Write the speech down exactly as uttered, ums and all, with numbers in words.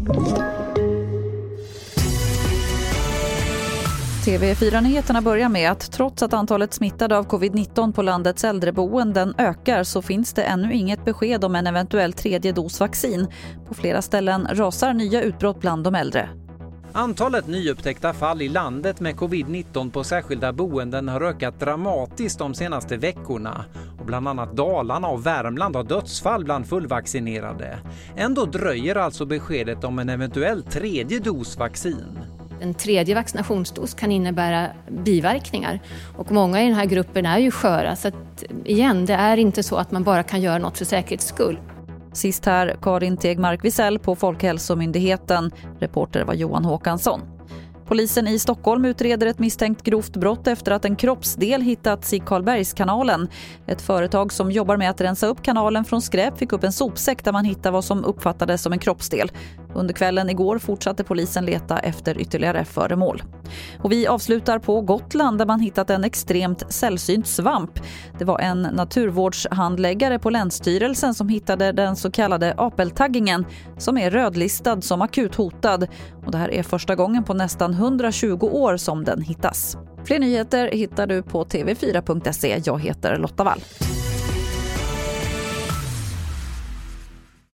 T V fyra-nyheterna börjar med att trots att antalet smittade av covid nitton på landets äldreboenden ökar så finns det ännu inget besked om en eventuell tredje dos vaccin. På flera ställen rasar nya utbrott bland de äldre. Antalet nyupptäckta fall i landet med covid nitton på särskilda boenden har ökat dramatiskt de senaste veckorna. Och bland annat Dalarna och Värmland har dödsfall bland fullvaccinerade. Ändå dröjer alltså beskedet om en eventuell tredje dos vaccin. En tredje vaccinationsdos kan innebära biverkningar och många i den här gruppen är ju sköra, så att igen, det är inte så att man bara kan göra något för säkerhets skull. Sist här Karin Tegmark-Wisell på Folkhälsomyndigheten. Reporter var Johan Håkansson. Polisen i Stockholm utreder ett misstänkt grovt brott efter att en kroppsdel hittats i Karlbergskanalen. Ett företag som jobbar med att rensa upp kanalen från skräp fick upp en sopsäck där man hittade vad som uppfattades som en kroppsdel. Under kvällen igår fortsatte polisen leta efter ytterligare föremål. Och vi avslutar på Gotland där man hittat en extremt sällsynt svamp. Det var en naturvårdshandläggare på Länsstyrelsen som hittade den så kallade apeltaggingen som är rödlistad som akut hotad. Och det här är första gången på nästan hundratjugo år som den hittas. Fler nyheter hittar du på t v fyra punkt se. Jag heter Lotta Wall.